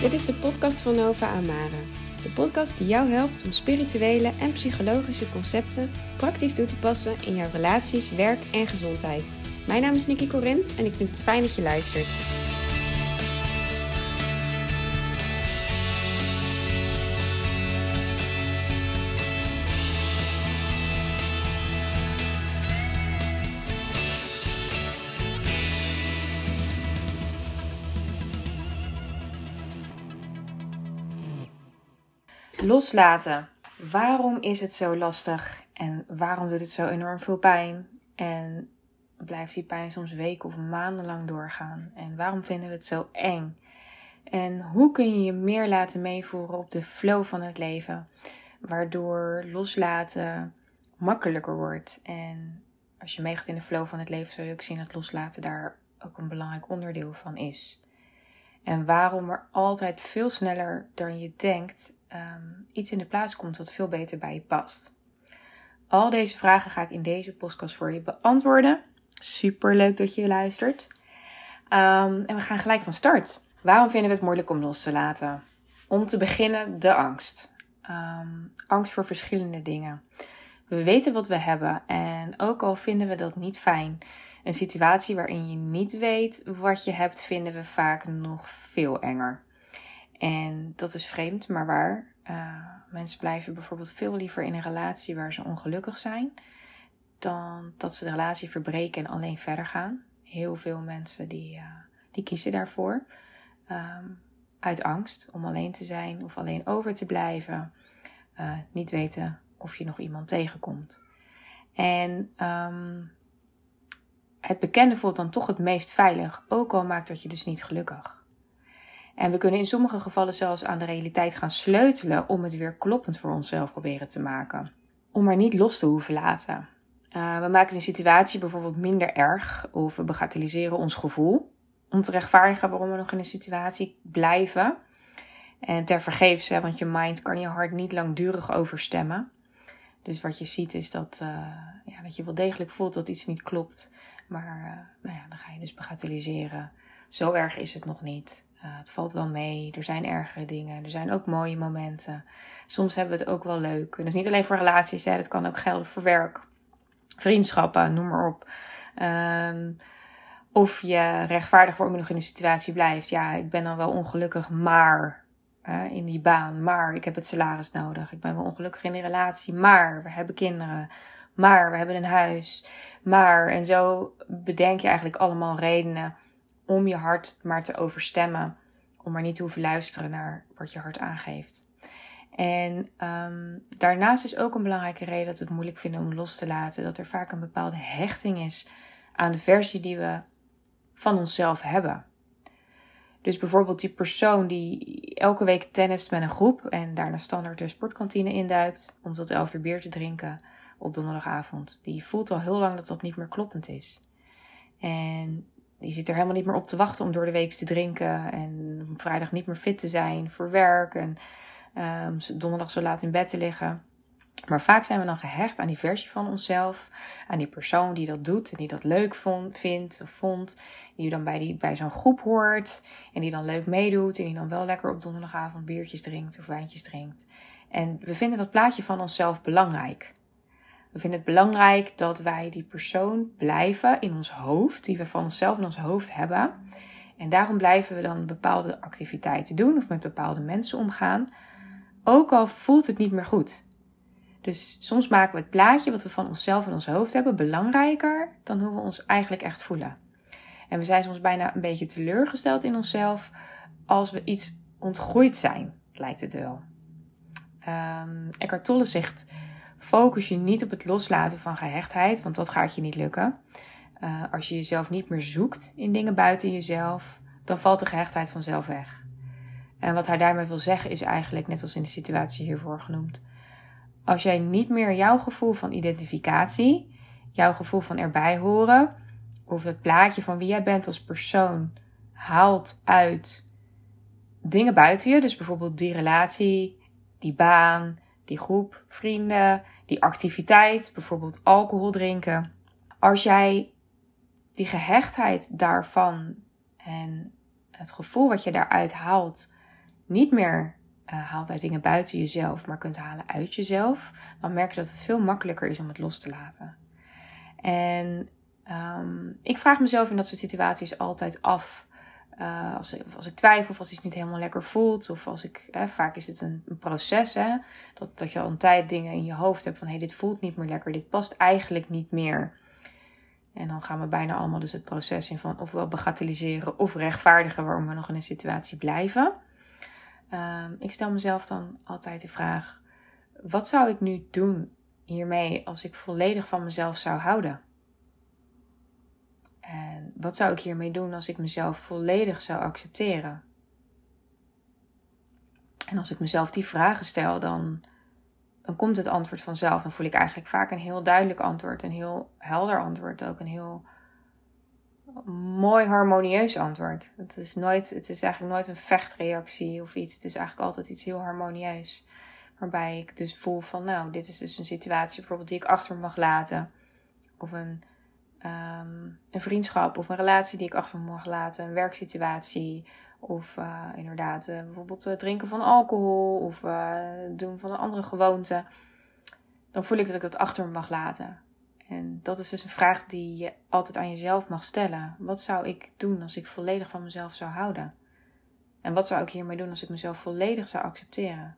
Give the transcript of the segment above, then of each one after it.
Dit is de podcast van Nova Amare. De podcast die jou helpt om spirituele en psychologische concepten praktisch toe te passen in jouw relaties, werk en gezondheid. Mijn naam is Nikki Corint en ik vind het fijn dat je luistert. Loslaten. Waarom is het zo lastig? En waarom doet het zo enorm veel pijn? En blijft die pijn soms weken of maanden lang doorgaan? En waarom vinden we het zo eng? En hoe kun je je meer laten meevoeren op de flow van het leven? Waardoor loslaten makkelijker wordt. En als je meegaat in de flow van het leven, zul je ook zien dat loslaten daar ook een belangrijk onderdeel van is. En waarom er altijd veel sneller dan je denkt iets in de plaats komt wat veel beter bij je past. Al deze vragen ga ik in deze podcast voor je beantwoorden. Super leuk dat je luistert. En we gaan gelijk van start. Waarom vinden we het moeilijk om los te laten? Om te beginnen de angst. Angst voor verschillende dingen. We weten wat we hebben en ook al vinden we dat niet fijn. Een situatie waarin je niet weet wat je hebt, vinden we vaak nog veel enger. En dat is vreemd, maar waar. Mensen blijven bijvoorbeeld veel liever in een relatie waar ze ongelukkig zijn, dan dat ze de relatie verbreken en alleen verder gaan. Heel veel mensen die kiezen daarvoor. Uit angst om alleen te zijn of alleen over te blijven. Niet weten of je nog iemand tegenkomt. En het bekende voelt dan toch het meest veilig, ook al maakt dat je dus niet gelukkig. En we kunnen in sommige gevallen zelfs aan de realiteit gaan sleutelen om het weer kloppend voor onszelf proberen te maken. Om maar niet los te hoeven laten. We maken een situatie bijvoorbeeld minder erg of we bagatelliseren ons gevoel om te rechtvaardigen waarom we nog in een situatie blijven. En tevergeefs, want je mind kan je hart niet langdurig overstemmen. Dus wat je ziet is dat je wel degelijk voelt dat iets niet klopt. Maar dan ga je dus bagatelliseren. Zo erg is het nog niet. Het valt wel mee. Er zijn ergere dingen. Er zijn ook mooie momenten. Soms hebben we het ook wel leuk. En dat is niet alleen voor relaties. Dat kan ook gelden voor werk. Vriendschappen, noem maar op. Of je rechtvaardig waarom je nog in een situatie blijft. Ja, ik ben dan wel ongelukkig, maar in die baan. Maar ik heb het salaris nodig. Ik ben wel ongelukkig in die relatie. Maar we hebben kinderen. Maar we hebben een huis. Maar. En zo bedenk je eigenlijk allemaal redenen om je hart maar te overstemmen. Om maar niet te hoeven luisteren naar wat je hart aangeeft. En daarnaast is ook een belangrijke reden dat we het moeilijk vinden om los te laten. Dat er vaak een bepaalde hechting is aan de versie die we van onszelf hebben. Dus bijvoorbeeld die persoon die elke week tennist met een groep en daarna standaard de sportkantine induikt om tot 11 uur bier te drinken op donderdagavond. Die voelt al heel lang dat dat niet meer kloppend is. En die zit er helemaal niet meer op te wachten om door de week te drinken. En op vrijdag niet meer fit te zijn voor werk. En donderdag zo laat in bed te liggen. Maar vaak zijn we dan gehecht aan die versie van onszelf. Aan die persoon die dat doet en die dat leuk vond. Die dan bij zo'n groep hoort. En die dan leuk meedoet. En die dan wel lekker op donderdagavond biertjes drinkt of wijntjes drinkt. En we vinden dat plaatje van onszelf belangrijk. We vinden het belangrijk dat wij die persoon blijven in ons hoofd, die we van onszelf in ons hoofd hebben. En daarom blijven we dan bepaalde activiteiten doen of met bepaalde mensen omgaan, ook al voelt het niet meer goed. Dus soms maken we het plaatje wat we van onszelf in ons hoofd hebben belangrijker dan hoe we ons eigenlijk echt voelen. En we zijn soms bijna een beetje teleurgesteld in onszelf als we iets ontgroeid zijn, lijkt het wel. Eckhart Tolle zegt: focus je niet op het loslaten van gehechtheid, want dat gaat je niet lukken. Als je jezelf niet meer zoekt in dingen buiten jezelf, dan valt de gehechtheid vanzelf weg. En wat hij daarmee wil zeggen is eigenlijk, net als in de situatie hiervoor genoemd, als jij niet meer jouw gevoel van identificatie, jouw gevoel van erbij horen, of het plaatje van wie jij bent als persoon haalt uit dingen buiten je, dus bijvoorbeeld die relatie, die baan, die groep vrienden, die activiteit, bijvoorbeeld alcohol drinken. Als jij die gehechtheid daarvan en het gevoel wat je daaruit haalt niet meer haalt uit dingen buiten jezelf, maar kunt halen uit jezelf, dan merk je dat het veel makkelijker is om het los te laten. En ik vraag mezelf in dat soort situaties altijd af, als ik twijfel of als iets niet helemaal lekker voelt, of als ik, vaak is het een proces, hè, dat je al een tijd dingen in je hoofd hebt van, hey, dit voelt niet meer lekker, dit past eigenlijk niet meer. En dan gaan we bijna allemaal dus het proces in van ofwel bagatelliseren of rechtvaardigen waarom we nog in een situatie blijven. Ik stel mezelf dan altijd de vraag, wat zou ik nu doen hiermee als ik volledig van mezelf zou houden? En wat zou ik hiermee doen als ik mezelf volledig zou accepteren? En als ik mezelf die vragen stel, dan komt het antwoord vanzelf. Dan voel ik eigenlijk vaak een heel duidelijk antwoord, een heel helder antwoord ook, een heel mooi harmonieus antwoord. Het is eigenlijk nooit een vechtreactie of iets. Het is eigenlijk altijd iets heel harmonieus. Waarbij ik dus voel van, nou, dit is dus een situatie bijvoorbeeld die ik achter mag laten. Of een vriendschap of een relatie die ik achter mag laten. Een werksituatie. Of inderdaad bijvoorbeeld het drinken van alcohol. Of doen van een andere gewoonte. Dan voel ik dat ik dat achter me mag laten. En dat is dus een vraag die je altijd aan jezelf mag stellen. Wat zou ik doen als ik volledig van mezelf zou houden? En wat zou ik hiermee doen als ik mezelf volledig zou accepteren?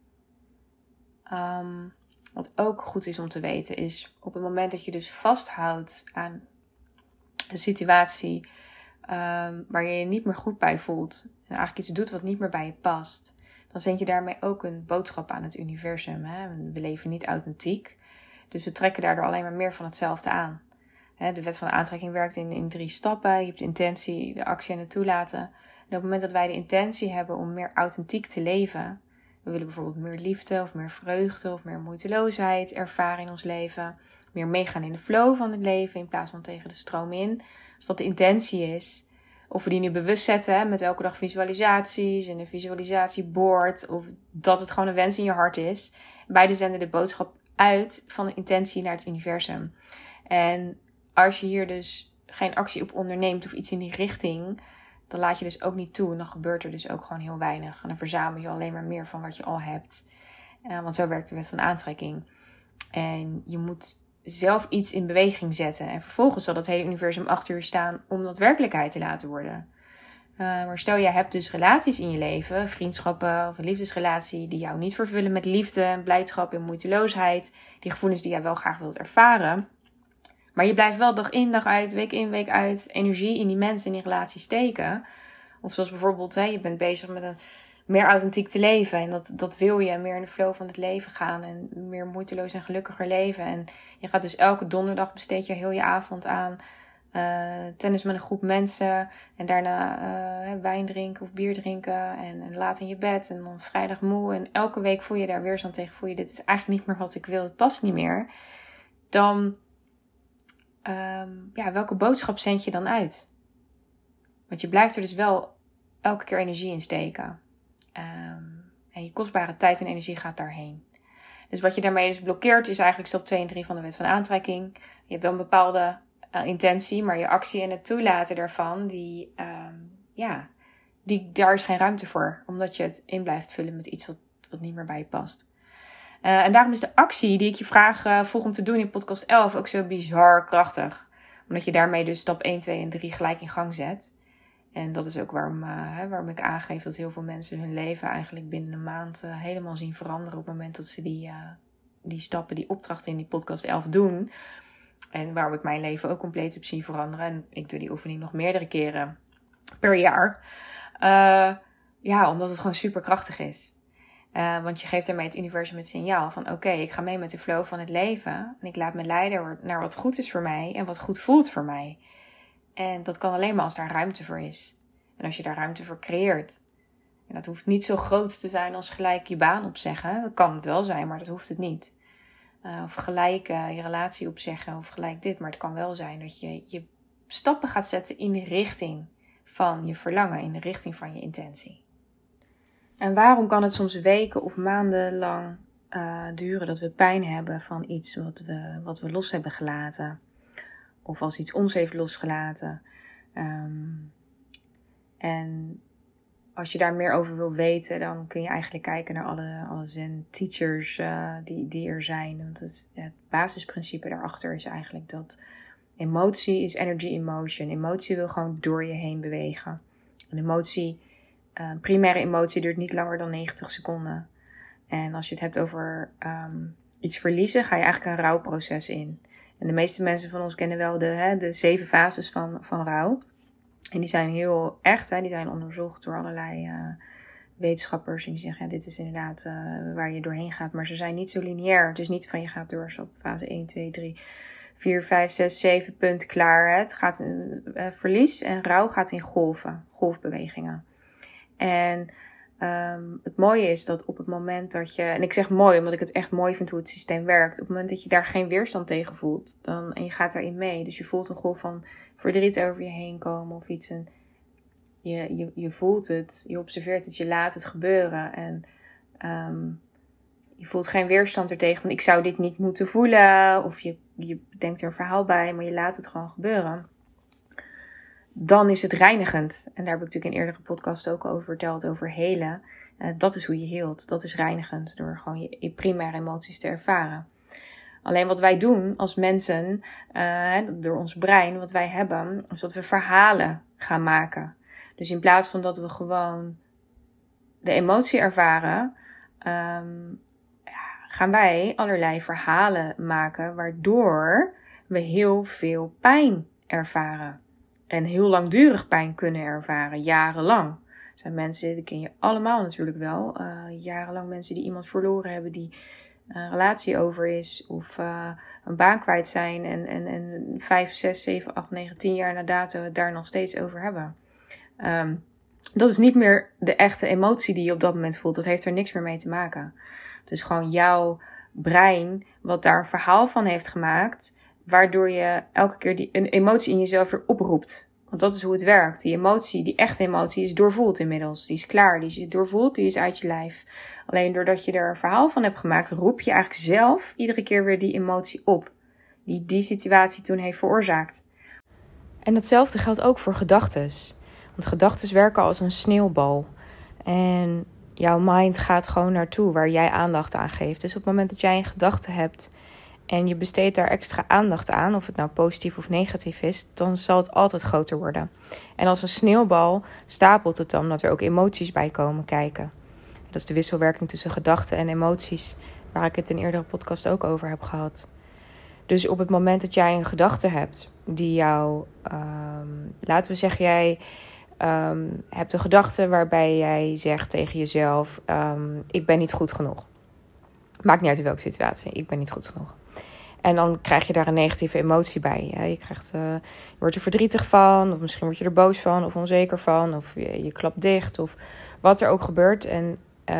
Wat ook goed is om te weten is, op het moment dat je dus vasthoudt aan een situatie waar je je niet meer goed bij voelt, en eigenlijk iets doet wat niet meer bij je past, dan zend je daarmee ook een boodschap aan het universum. Hè? We leven niet authentiek, dus we trekken daardoor alleen maar meer van hetzelfde aan. De wet van de aantrekking werkt in 3 stappen. Je hebt de intentie, de actie en het toelaten. En op het moment dat wij de intentie hebben om meer authentiek te leven, we willen bijvoorbeeld meer liefde of meer vreugde of meer moeiteloosheid ervaren in ons leven, meer meegaan in de flow van het leven in plaats van tegen de stroom in. Als dat de intentie is, of we die nu bewust zetten met elke dag visualisaties en een visualisatiebord, of dat het gewoon een wens in je hart is. Beide zenden de boodschap uit van de intentie naar het universum. En als je hier dus geen actie op onderneemt of iets in die richting, dan laat je dus ook niet toe. En dan gebeurt er dus ook gewoon heel weinig. En dan verzamel je alleen maar meer van wat je al hebt. Want zo werkt de wet van aantrekking. En je moet zelf iets in beweging zetten. En vervolgens zal dat hele universum achter je staan om dat werkelijkheid te laten worden. Maar stel, jij hebt dus relaties in je leven, vriendschappen of een liefdesrelatie, die jou niet vervullen met liefde en blijdschap en moeiteloosheid. Die gevoelens die jij wel graag wilt ervaren. Maar je blijft wel dag in, dag uit, week in, week uit energie in die mensen, in die relatie steken. Of zoals bijvoorbeeld, je bent bezig met een meer authentiek te leven. En dat wil je, meer in de flow van het leven gaan. En meer moeiteloos en gelukkiger leven. En je gaat dus elke donderdag besteed je heel je avond aan tennis met een groep mensen. En daarna wijn drinken of bier drinken. En laat in je bed. En dan vrijdag moe. En elke week voel je daar weerstand tegen. Voel je, dit is eigenlijk niet meer wat ik wil. Het past niet meer. Dan, welke boodschap zend je dan uit? Want je blijft er dus wel elke keer energie in steken. En je kostbare tijd en energie gaat daarheen. Dus wat je daarmee dus blokkeert is eigenlijk stap 2 en 3 van de wet van aantrekking. Je hebt wel een bepaalde intentie, maar je actie en het toelaten daarvan, daar is geen ruimte voor. Omdat je het in blijft vullen met iets wat niet meer bij je past. En daarom is de actie die ik je vroeg om te doen in podcast 11 ook zo bizar krachtig. Omdat je daarmee dus stap 1, 2 en 3 gelijk in gang zet. En dat is ook waarom ik aangeef dat heel veel mensen hun leven eigenlijk binnen een maand helemaal zien veranderen op het moment dat ze die stappen, die opdrachten in die podcast 11 doen. En waarom ik mijn leven ook compleet heb zien veranderen. En ik doe die oefening nog meerdere keren per jaar. Omdat het gewoon super krachtig is. Want je geeft daarmee het universum het signaal van oké, ik ga mee met de flow van het leven. En ik laat me leiden naar wat goed is voor mij en wat goed voelt voor mij. En dat kan alleen maar als daar ruimte voor is. En als je daar ruimte voor creëert. En dat hoeft niet zo groot te zijn als gelijk je baan opzeggen. Dat kan het wel zijn, maar dat hoeft het niet. Of gelijk je relatie opzeggen of gelijk dit. Maar het kan wel zijn dat je stappen gaat zetten in de richting van je verlangen. In de richting van je intentie. En waarom kan het soms weken of maanden lang duren dat we pijn hebben van iets wat we los hebben gelaten? Of als iets ons heeft losgelaten. En als je daar meer over wil weten, dan kun je eigenlijk kijken naar alle Zen teachers die er zijn. Want het basisprincipe daarachter is eigenlijk dat emotie is energy in motion. Emotie wil gewoon door je heen bewegen. Een primaire emotie duurt niet langer dan 90 seconden. En als je het hebt over iets verliezen, ga je eigenlijk een rouwproces in. En de meeste mensen van ons kennen wel de 7 fases van rouw. En die zijn heel echt, die zijn onderzocht door allerlei wetenschappers. En die zeggen, dit is inderdaad waar je doorheen gaat. Maar ze zijn niet zo lineair. Het is niet van je gaat door op fase 1, 2, 3, 4, 5, 6, 7 punt klaar. Het gaat verlies en rouw gaat in golfbewegingen. En het mooie is dat op het moment dat je... En ik zeg mooi, omdat ik het echt mooi vind hoe het systeem werkt. Op het moment dat je daar geen weerstand tegen voelt. En je gaat daarin mee. Dus je voelt een golf van verdriet over je heen komen of iets. En je voelt het, je observeert het, je laat het gebeuren. En je voelt geen weerstand ertegen van ik zou dit niet moeten voelen. Of je denkt er een verhaal bij, maar je laat het gewoon gebeuren. Dan is het reinigend. En daar heb ik natuurlijk in eerdere podcast ook over verteld, over helen. Dat is hoe je heelt. Dat is reinigend, door gewoon je primaire emoties te ervaren. Alleen wat wij doen als mensen, door ons brein, wat wij hebben, is dat we verhalen gaan maken. Dus in plaats van dat we gewoon de emotie ervaren, gaan wij allerlei verhalen maken, waardoor we heel veel pijn ervaren. En heel langdurig pijn kunnen ervaren, jarenlang. Er zijn mensen, die ken je allemaal natuurlijk wel, jarenlang mensen die iemand verloren hebben, die een relatie over is of een baan kwijt zijn en 5, 6, 7, 8, 9, 10 jaar na dato het daar nog steeds over hebben. Dat is niet meer de echte emotie die je op dat moment voelt. Dat heeft er niks meer mee te maken. Het is gewoon jouw brein wat daar een verhaal van heeft gemaakt, waardoor je elke keer een emotie in jezelf weer oproept. Want dat is hoe het werkt. Die emotie, die echte emotie, is doorvoeld inmiddels. Die is klaar, die is doorvoeld, die is uit je lijf. Alleen doordat je er een verhaal van hebt gemaakt, roep je eigenlijk zelf iedere keer weer die emotie op. Die situatie toen heeft veroorzaakt. En datzelfde geldt ook voor gedachtes. Want gedachtes werken als een sneeuwbal. En jouw mind gaat gewoon naartoe waar jij aandacht aan geeft. Dus op het moment dat jij een gedachte hebt en je besteedt daar extra aandacht aan, of het nou positief of negatief is, dan zal het altijd groter worden. En als een sneeuwbal stapelt het dan dat er ook emoties bij komen kijken. Dat is de wisselwerking tussen gedachten en emoties, waar ik het in eerdere podcast ook over heb gehad. Dus op het moment dat jij een gedachte hebt die jou, laten we zeggen, jij hebt een gedachte waarbij jij zegt tegen jezelf, ik ben niet goed genoeg. Maakt niet uit in welke situatie, ik ben niet goed genoeg. En dan krijg je daar een negatieve emotie bij. Je wordt er verdrietig van, of misschien word je er boos van, of onzeker van, of je klapt dicht, of wat er ook gebeurt. En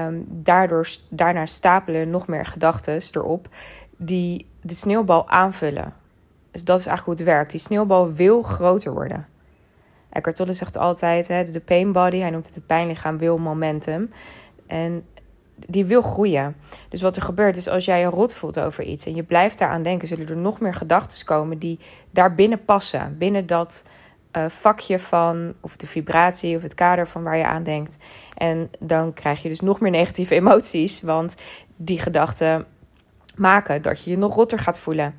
daarna stapelen nog meer gedachten erop die de sneeuwbal aanvullen. Dus dat is eigenlijk hoe het werkt. Die sneeuwbal wil groter worden. Eckhart Tolle zegt altijd, de pain body, hij noemt het pijnlichaam, wil momentum. En die wil groeien. Dus wat er gebeurt is, als jij je rot voelt over iets en je blijft daaraan denken, zullen er nog meer gedachten komen die daar binnen passen. Binnen dat vakje van, of de vibratie of het kader van waar je aan denkt. En dan krijg je dus nog meer negatieve emoties, want die gedachten maken dat je je nog rotter gaat voelen.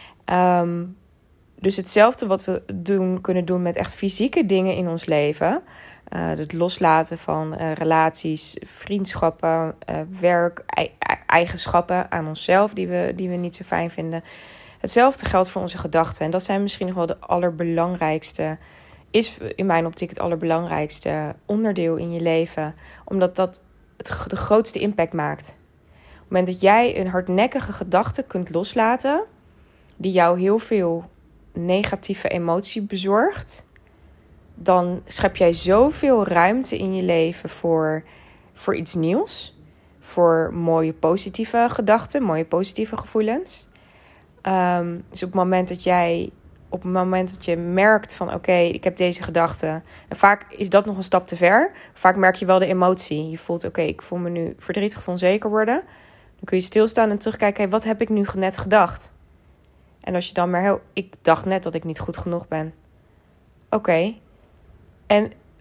Dus hetzelfde wat we kunnen doen met echt fysieke dingen in ons leven. Het loslaten van relaties, vriendschappen, werk, eigenschappen aan onszelf die we niet zo fijn vinden. Hetzelfde geldt voor onze gedachten. En dat zijn misschien nog wel de allerbelangrijkste, is in mijn optiek het allerbelangrijkste onderdeel in je leven. Omdat dat de grootste impact maakt. Op het moment dat jij een hardnekkige gedachte kunt loslaten, die jou heel veel negatieve emotie bezorgt, dan schep jij zoveel ruimte in je leven voor iets nieuws. Voor mooie positieve gedachten, mooie positieve gevoelens. Dus op het moment dat je merkt van oké, ik heb deze gedachte. En vaak is dat nog een stap te ver. Vaak merk je wel de emotie. Je voelt oké, ik voel me nu verdrietig of onzeker worden. Dan kun je stilstaan en terugkijken, wat heb ik nu net gedacht? En als je dan ik dacht net dat ik niet goed genoeg ben. Oké. En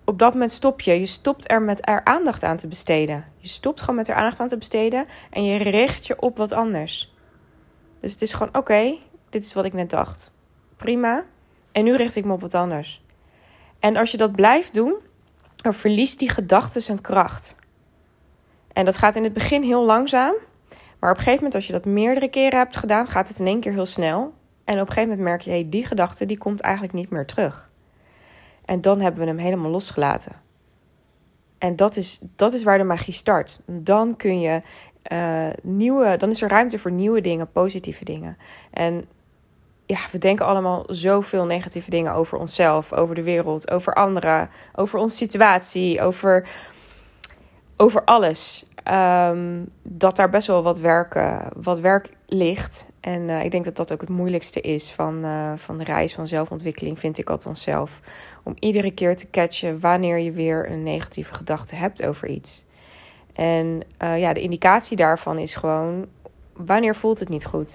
op dat moment stop je. Je stopt er met er aandacht aan te besteden. Je stopt gewoon met er aandacht aan te besteden en je richt je op wat anders. Dus het is gewoon, oké, dit is wat ik net dacht. Prima. En nu richt ik me op wat anders. En als je dat blijft doen, dan verliest die gedachte zijn kracht. En dat gaat in het begin heel langzaam. Maar op een gegeven moment, als je dat meerdere keren hebt gedaan, gaat het in één keer heel snel. En op een gegeven moment merk je, hey, die gedachte die komt eigenlijk niet meer terug. En dan hebben we hem helemaal losgelaten. En dat is waar de magie start. Dan kun je dan is er ruimte voor nieuwe dingen, positieve dingen. En ja, we denken allemaal zoveel negatieve dingen over onszelf, over de wereld, over anderen, over onze situatie, over alles. Dat daar best wel wat werk ligt. En ik denk dat dat ook het moeilijkste is van de reis van zelfontwikkeling, vind ik althans zelf. Om iedere keer te catchen wanneer je weer een negatieve gedachte hebt over iets. En de indicatie daarvan is gewoon, wanneer voelt het niet goed?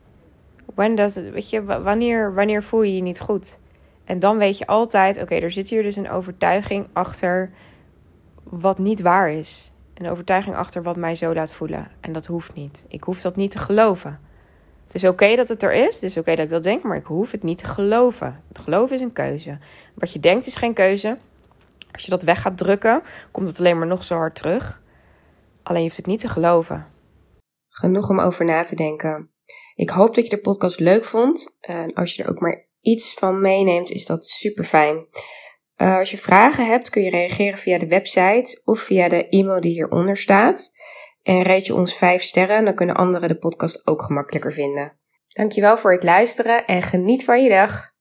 Wanneer voel je je niet goed? En dan weet je altijd, oké, er zit hier dus een overtuiging achter wat niet waar is. Een overtuiging achter wat mij zo laat voelen. En dat hoeft niet. Ik hoef dat niet te geloven. Het is oké dat het er is. Het is oké dat ik dat denk, maar ik hoef het niet te geloven. Het geloven is een keuze. Wat je denkt is geen keuze. Als je dat weg gaat drukken, komt het alleen maar nog zo hard terug. Alleen je hoeft het niet te geloven. Genoeg om over na te denken. Ik hoop dat je de podcast leuk vond. Als je er ook maar iets van meeneemt, is dat super fijn. Als je vragen hebt, kun je reageren via de website of via de e-mail die hieronder staat. En rate je ons 5 sterren, dan kunnen anderen de podcast ook gemakkelijker vinden. Dankjewel voor het luisteren en geniet van je dag.